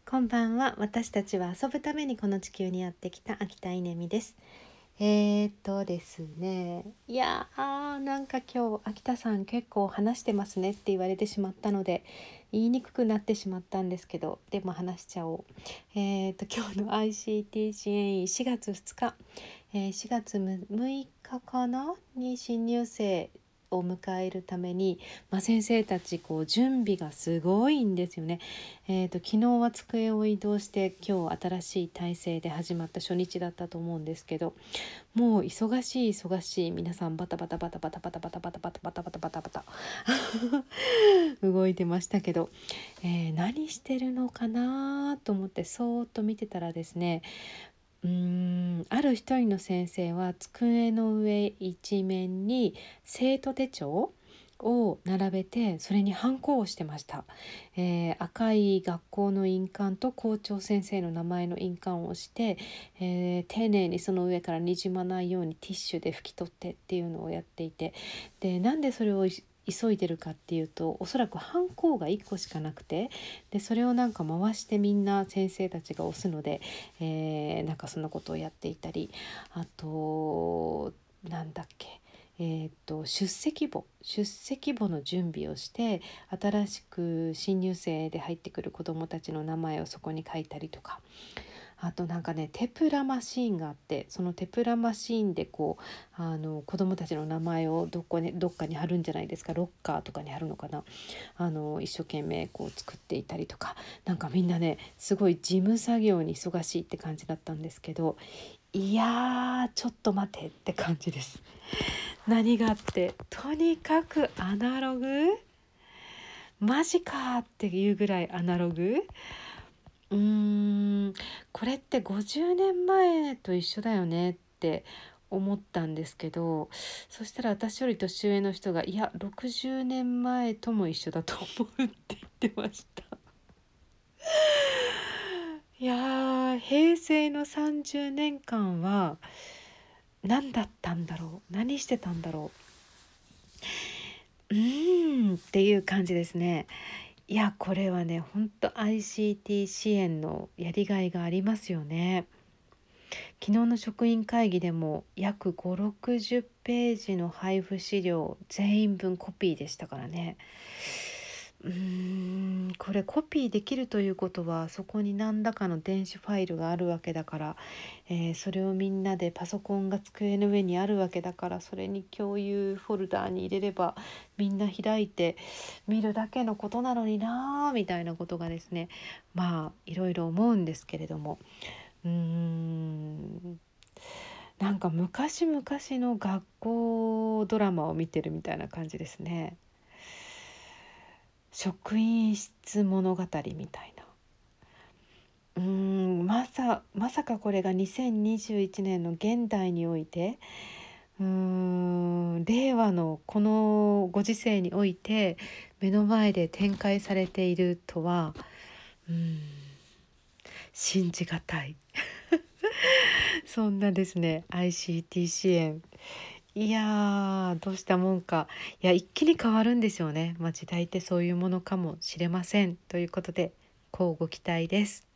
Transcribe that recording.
こんばんは。私たちは遊ぶためにこの地球にやってきた秋田稲美です。ですね。なんか今日秋田さん結構話してますねって言われてしまったので言いにくくなってしまったんですけど、でも話しちゃおう。今日の ICT 支援員4月2日、4月6日かなに新入生を迎えるために、先生たち準備がすごいんですよね。昨日は机を移動して今日新しい体制で始まった初日だったと思うんですけど、もう忙しい皆さんバタバタバタバタバタバタバタバタバタバタバタバタ動いてましたけど、何してるのかなと思ってそーっと見てたらですね、ある一人の先生は机の上一面に生徒手帳を並べてそれにハンコをしてました。赤い学校の印鑑と校長先生の名前の印鑑をして、丁寧にその上からにじまないようにティッシュで拭き取ってっていうのをやっていて、でなんでそれを急いでるかっていうと、おそらくハンコが1個しかなくて、でそれをなんか回してみんな先生たちが押すので、なんかそんなことをやっていたり、あとなんだっけ出席簿の準備をして、新しく新入生で入ってくる子どもたちの名前をそこに書いたりとか、あとなんかねテプラマシーンがあって、そのテプラマシーンで子どもたちの名前をどっかに貼るんじゃないですか。ロッカーとかに貼るのかな。一生懸命作っていたりとか、なんかみんなねすごい事務作業に忙しいって感じだったんですけど、ちょっと待てって感じです。何があって、とにかくアナログ、マジかっていうぐらいアナログ。これって50年前と一緒だよねって思ったんですけど、そしたら私より年上の人が、いや60年前とも一緒だと思うって言ってました。平成の30年間は何だったんだろう、何してたんだろっていう感じですね。これはね本当 ICT 支援のやりがいがありますよね。昨日の職員会議でも約5、60ページの配布資料全員分コピーでしたからね。これコピーできるということはそこに何らかの電子ファイルがあるわけだから、それをみんなでパソコンが机の上にあるわけだから、それに共有フォルダーに入れればみんな開いて見るだけのことなのになみたいなことがですね、いろいろ思うんですけれども、なんか昔々の学校ドラマを見てるみたいな感じですね。職員室物語みたいな。まさかこれが2021年の現代において、令和のこのご時世において目の前で展開されているとは、信じがたいそんなですね ICT 支援、どうしたもんか。一気に変わるんですよね。時代ってそういうものかもしれませんということで、乞うご期待です。